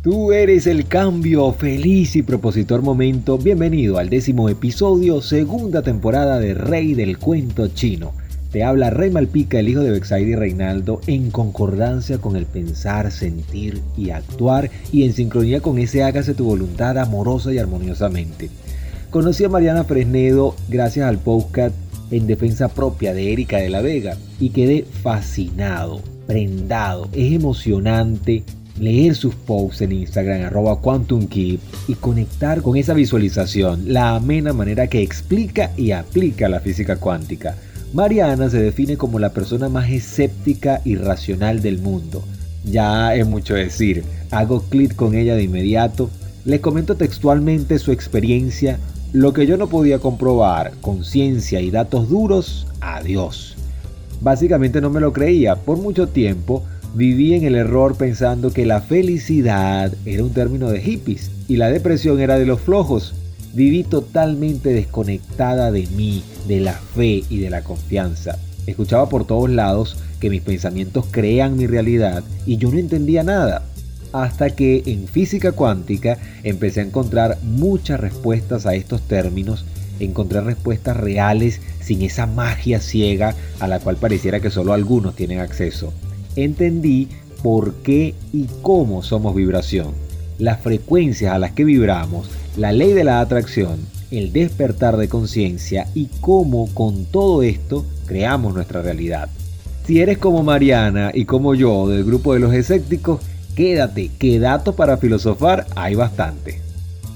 Tú eres el cambio, feliz y propositor momento. Bienvenido al 10º episodio, segunda temporada de Rey del Cuento Chino. Te habla Rey Malpica, el hijo de Bexaide y Reinaldo, en concordancia con el pensar, sentir y actuar y en sincronía con ese hágase tu voluntad amorosa y armoniosamente. Conocí a Mariana Fresnedo gracias al podcast En Defensa Propia de Erika de la Vega y quedé fascinado, prendado. Es emocionante leer sus posts en Instagram @QuantumKeep y conectar con esa visualización, la amena manera que explica y aplica la física cuántica. Mariana se define como la persona más escéptica y racional del mundo. Ya es mucho decir, hago clic con ella de inmediato, le comento textualmente su experiencia, lo que yo no podía comprobar con ciencia y datos duros, adiós. Básicamente no me lo creía, por mucho tiempo viví en el error pensando que la felicidad era un término de hippies y la depresión era de los flojos. Viví totalmente desconectada de mí, de la fe y de la confianza. Escuchaba por todos lados que mis pensamientos crean mi realidad y yo no entendía nada. Hasta que en física cuántica empecé a encontrar muchas respuestas a estos términos. Encontré respuestas reales sin esa magia ciega a la cual pareciera que solo algunos tienen acceso. Entendí por qué y cómo somos vibración, las frecuencias a las que vibramos, la ley de la atracción, el despertar de conciencia y cómo con todo esto creamos nuestra realidad. Si eres como Mariana y como yo del grupo de los escépticos, quédate, que datos para filosofar hay bastante.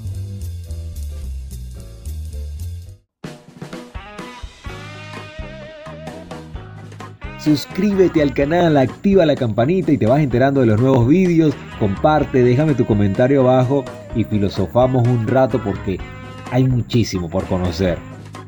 Suscríbete al canal, activa la campanita y te vas enterando de los nuevos vídeos. Comparte, déjame tu comentario abajo y filosofamos un rato porque hay muchísimo por conocer.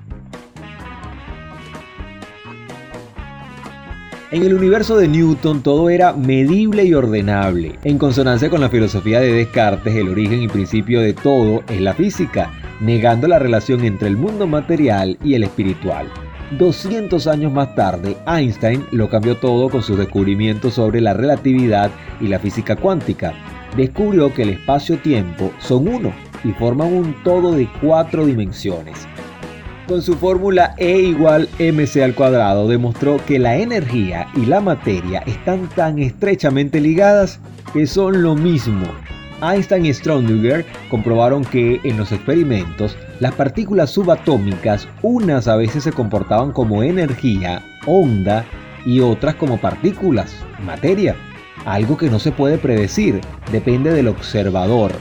En el universo de Newton todo era medible y ordenable. En consonancia con la filosofía de Descartes, el origen y principio de todo es la física, negando la relación entre el mundo material y el espiritual. 200 años más tarde, Einstein lo cambió todo con sus descubrimientos sobre la relatividad y la física cuántica. Descubrió que el espacio-tiempo son uno y forman un todo de 4 dimensiones. Con su fórmula E=mc², demostró que la energía y la materia están tan estrechamente ligadas que son lo mismo. Einstein y Schrödinger comprobaron que en los experimentos las partículas subatómicas, unas a veces se comportaban como energía, onda, y otras como partículas, materia. Algo que no se puede predecir, depende del observador.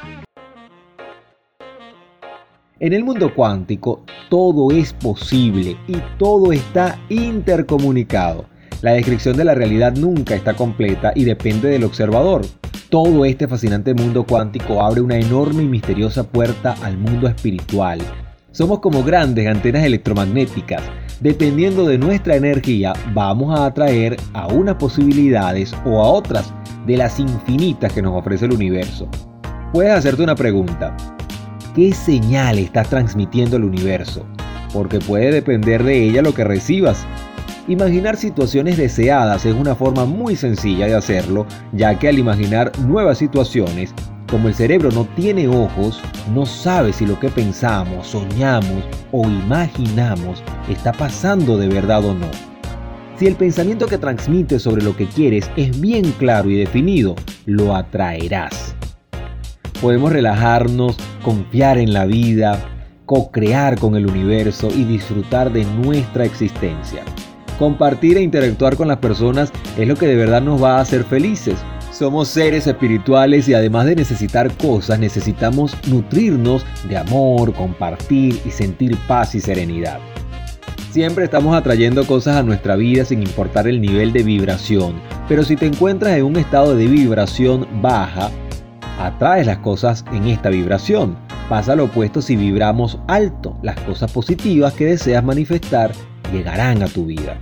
En el mundo cuántico todo es posible y todo está intercomunicado. La descripción de la realidad nunca está completa y depende del observador. Todo este fascinante mundo cuántico abre una enorme y misteriosa puerta al mundo espiritual. Somos como grandes antenas electromagnéticas. Dependiendo de nuestra energía, vamos a atraer a unas posibilidades o a otras de las infinitas que nos ofrece el universo. Puedes hacerte una pregunta. ¿Qué señal estás transmitiendo al universo? Porque puede depender de ella lo que recibas. Imaginar situaciones deseadas es una forma muy sencilla de hacerlo, ya que al imaginar nuevas situaciones, como el cerebro no tiene ojos, no sabe si lo que pensamos, soñamos o imaginamos está pasando de verdad o no. Si el pensamiento que transmites sobre lo que quieres es bien claro y definido, lo atraerás. Podemos relajarnos, confiar en la vida, co-crear con el universo y disfrutar de nuestra existencia. Compartir e interactuar con las personas es lo que de verdad nos va a hacer felices. Somos seres espirituales y además de necesitar cosas, necesitamos nutrirnos de amor, compartir y sentir paz y serenidad. Siempre estamos atrayendo cosas a nuestra vida sin importar el nivel de vibración, pero si te encuentras en un estado de vibración baja, atraes las cosas en esta vibración. Pasa lo opuesto si vibramos alto, las cosas positivas que deseas manifestar llegarán a tu vida.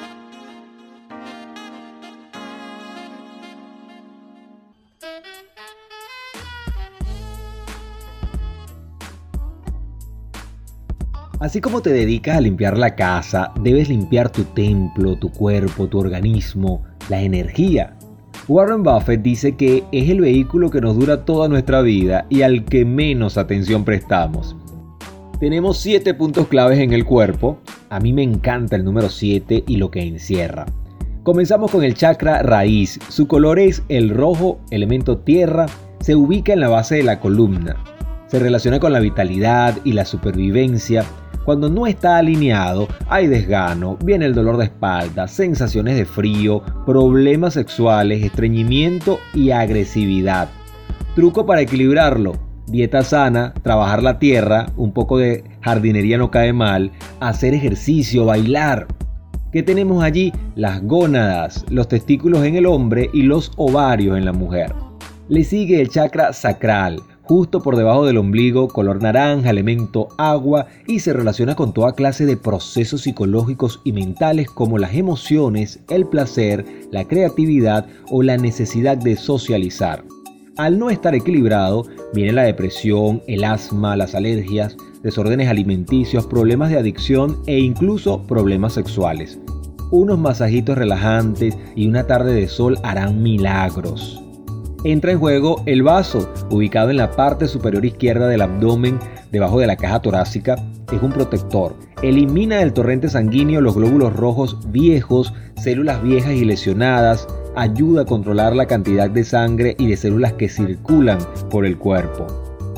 Así como te dedicas a limpiar la casa, debes limpiar tu templo, tu cuerpo, tu organismo, la energía. Warren Buffett dice que es el vehículo que nos dura toda nuestra vida y al que menos atención prestamos. Tenemos 7 puntos claves en el cuerpo. A mí me encanta el número 7 y lo que encierra. Comenzamos con el chakra raíz. Su color es el rojo, elemento tierra. Se ubica en la base de la columna. Se relaciona con la vitalidad y la supervivencia. Cuando no está alineado, hay desgano, viene el dolor de espalda, sensaciones de frío, problemas sexuales, estreñimiento y agresividad. Truco para equilibrarlo: dieta sana, trabajar la tierra, un poco de jardinería no cae mal, hacer ejercicio, bailar. ¿Qué tenemos allí? Las gónadas, los testículos en el hombre y los ovarios en la mujer. Le sigue el chakra sacral, justo por debajo del ombligo, color naranja, elemento agua, y se relaciona con toda clase de procesos psicológicos y mentales como las emociones, el placer, la creatividad o la necesidad de socializar. Al no estar equilibrado, viene la depresión, el asma, las alergias, desórdenes alimenticios, problemas de adicción e incluso problemas sexuales. Unos masajitos relajantes y una tarde de sol harán milagros. Entra en juego el vaso, ubicado en la parte superior izquierda del abdomen, debajo de la caja torácica. Es un protector. Elimina del torrente sanguíneo los glóbulos rojos viejos, células viejas y lesionadas. Ayuda a controlar la cantidad de sangre y de células que circulan por el cuerpo.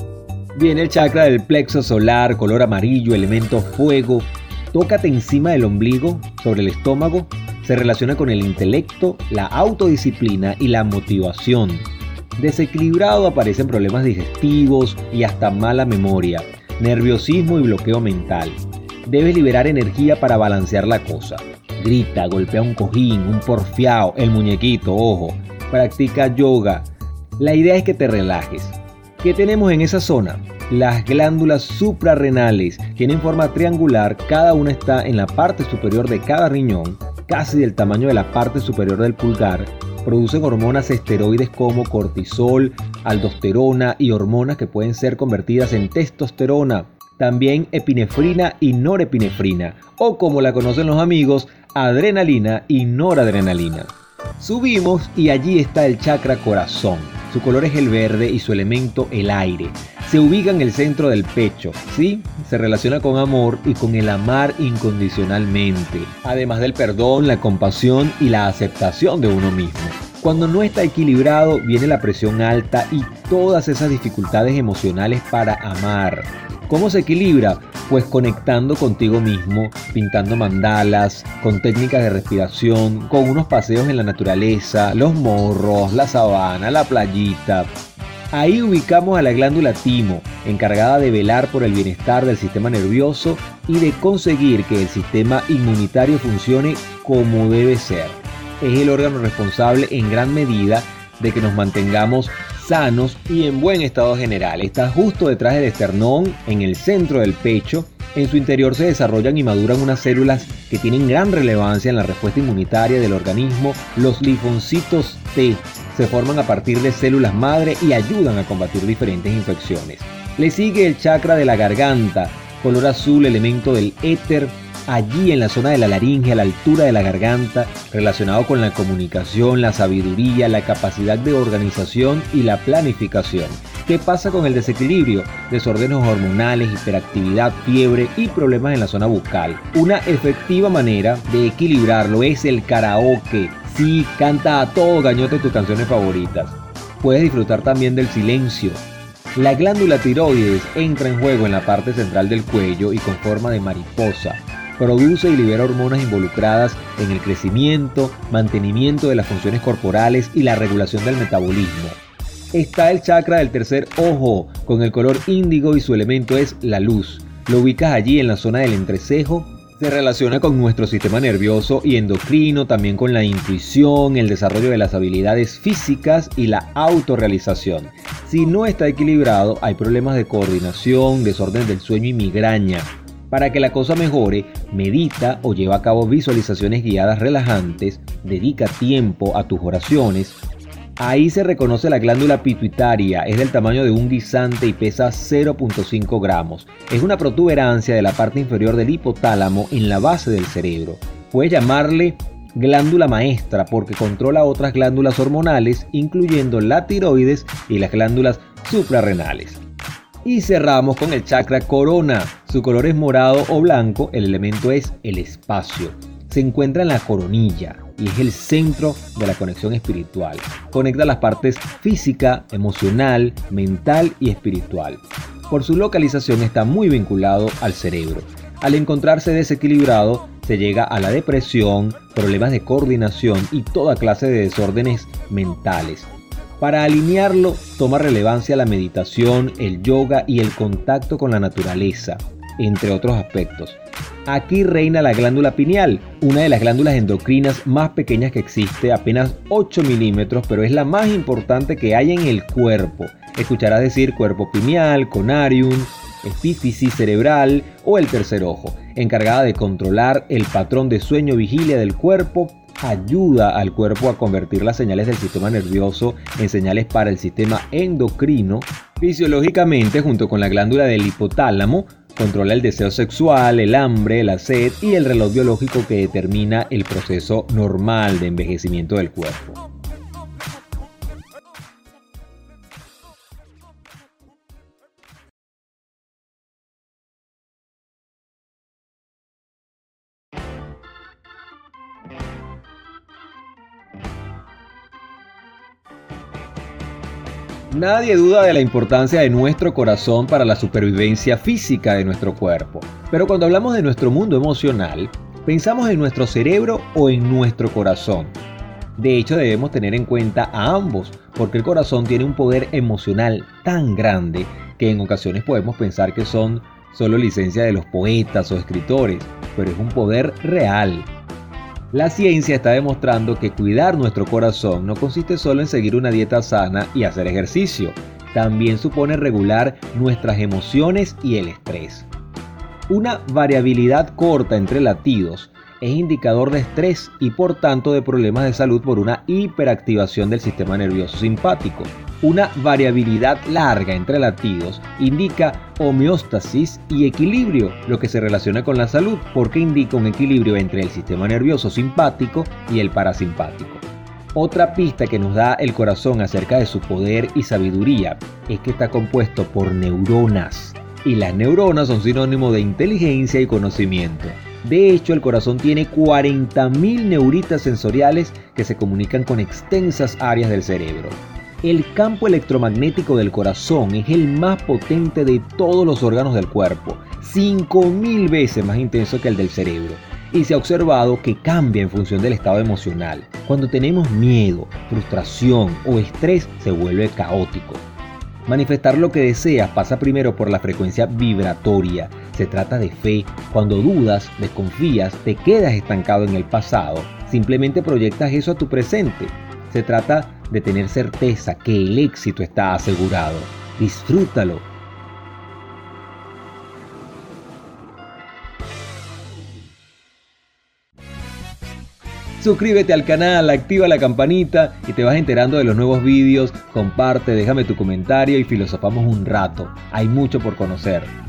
Viene el chakra del plexo solar, color amarillo, elemento fuego. Tócate encima del ombligo, sobre el estómago. Se relaciona con el intelecto, la autodisciplina y la motivación. Desequilibrado aparecen problemas digestivos y hasta mala memoria, nerviosismo y bloqueo mental. Debes liberar energía para balancear la cosa. Grita, golpea un cojín, un porfiao, el muñequito, ojo. Practica yoga. La idea es que te relajes. ¿Qué tenemos en esa zona? Las glándulas suprarrenales tienen forma triangular, cada una está en la parte superior de cada riñón, casi del tamaño de la parte superior del pulgar. Producen hormonas esteroides como cortisol, aldosterona y hormonas que pueden ser convertidas en testosterona. También epinefrina y norepinefrina, o como la conocen los amigos, adrenalina y noradrenalina. Subimos y allí está el chakra corazón. Su color es el verde y su elemento el aire. Se ubica en el centro del pecho, ¿sí? Se relaciona con amor y con el amar incondicionalmente, además del perdón, la compasión y la aceptación de uno mismo. Cuando no está equilibrado, viene la presión alta y todas esas dificultades emocionales para amar. ¿Cómo se equilibra? Pues conectando contigo mismo, pintando mandalas, con técnicas de respiración, con unos paseos en la naturaleza, los morros, la sabana, la playita. Ahí ubicamos a la glándula timo, encargada de velar por el bienestar del sistema nervioso y de conseguir que el sistema inmunitario funcione como debe ser. Es el órgano responsable en gran medida de que nos mantengamos sanos y en buen estado general. Está justo detrás del esternón, en el centro del pecho. En su interior se desarrollan y maduran unas células que tienen gran relevancia en la respuesta inmunitaria del organismo. Los linfocitos T se forman a partir de células madre y ayudan a combatir diferentes infecciones. Le sigue el chakra de la garganta, color azul, elemento del éter. Allí en la zona de la laringe, a la altura de la garganta, relacionado con la comunicación, la sabiduría, la capacidad de organización y la planificación. ¿Qué pasa con el desequilibrio? Desórdenes hormonales, hiperactividad, fiebre y problemas en la zona bucal. Una efectiva manera de equilibrarlo es el karaoke. Sí, canta a todo gañote tus canciones favoritas. Puedes disfrutar también del silencio. La glándula tiroides entra en juego en la parte central del cuello y con forma de mariposa. Produce y libera hormonas involucradas en el crecimiento, mantenimiento de las funciones corporales y la regulación del metabolismo. Está el chakra del tercer ojo, con el color índigo y su elemento es la luz. Lo ubicas allí en la zona del entrecejo. Se relaciona con nuestro sistema nervioso y endocrino, también con la intuición, el desarrollo de las habilidades físicas y la autorrealización. Si no está equilibrado, hay problemas de coordinación, desorden del sueño y migraña. Para que la cosa mejore, medita o lleva a cabo visualizaciones guiadas relajantes, dedica tiempo a tus oraciones. Ahí se reconoce la glándula pituitaria, es del tamaño de un guisante y pesa 0.5 gramos. Es una protuberancia de la parte inferior del hipotálamo en la base del cerebro. Puedes llamarle glándula maestra porque controla otras glándulas hormonales, incluyendo la tiroides y las glándulas suprarrenales. Y cerramos con el chakra corona. Su color es morado o blanco, el elemento es el espacio. Se encuentra en la coronilla y es el centro de la conexión espiritual. Conecta las partes física, emocional, mental y espiritual. Por su localización está muy vinculado al cerebro. Al encontrarse desequilibrado, se llega a la depresión, problemas de coordinación y toda clase de desórdenes mentales. Para alinearlo, toma relevancia la meditación, el yoga y el contacto con la naturaleza, entre otros aspectos. Aquí reina la glándula pineal, una de las glándulas endocrinas más pequeñas que existe, apenas 8 milímetros, pero es la más importante que hay en el cuerpo. Escucharás decir cuerpo pineal, conarium, epífisis cerebral o el tercer ojo, encargada de controlar el patrón de sueño-vigilia del cuerpo. Ayuda al cuerpo a convertir las señales del sistema nervioso en señales para el sistema endocrino. Fisiológicamente, junto con la glándula del hipotálamo, controla el deseo sexual, el hambre, la sed y el reloj biológico que determina el proceso normal de envejecimiento del cuerpo. Nadie duda de la importancia de nuestro corazón para la supervivencia física de nuestro cuerpo. Pero cuando hablamos de nuestro mundo emocional, ¿pensamos en nuestro cerebro o en nuestro corazón? De hecho, debemos tener en cuenta a ambos, porque el corazón tiene un poder emocional tan grande que en ocasiones podemos pensar que son solo licencia de los poetas o escritores, pero es un poder real. La ciencia está demostrando que cuidar nuestro corazón no consiste solo en seguir una dieta sana y hacer ejercicio, también supone regular nuestras emociones y el estrés. Una variabilidad corta entre latidos es indicador de estrés y por tanto de problemas de salud por una hiperactivación del sistema nervioso simpático. Una variabilidad larga entre latidos indica homeostasis y equilibrio, lo que se relaciona con la salud porque indica un equilibrio entre el sistema nervioso simpático y el parasimpático. Otra pista que nos da el corazón acerca de su poder y sabiduría es que está compuesto por neuronas, y las neuronas son sinónimo de inteligencia y conocimiento. De hecho, el corazón tiene 40.000 neuritas sensoriales que se comunican con extensas áreas del cerebro. El campo electromagnético del corazón es el más potente de todos los órganos del cuerpo, 5.000 veces más intenso que el del cerebro, y se ha observado que cambia en función del estado emocional. Cuando tenemos miedo, frustración o estrés, se vuelve caótico. Manifestar lo que deseas pasa primero por la frecuencia vibratoria. Se trata de fe. Cuando dudas, desconfías, te quedas estancado en el pasado, simplemente proyectas eso a tu presente. Se trata de tener certeza que el éxito está asegurado. Disfrútalo. Suscríbete al canal, activa la campanita y te vas enterando de los nuevos vídeos. Comparte, déjame tu comentario y filosofamos un rato. Hay mucho por conocer.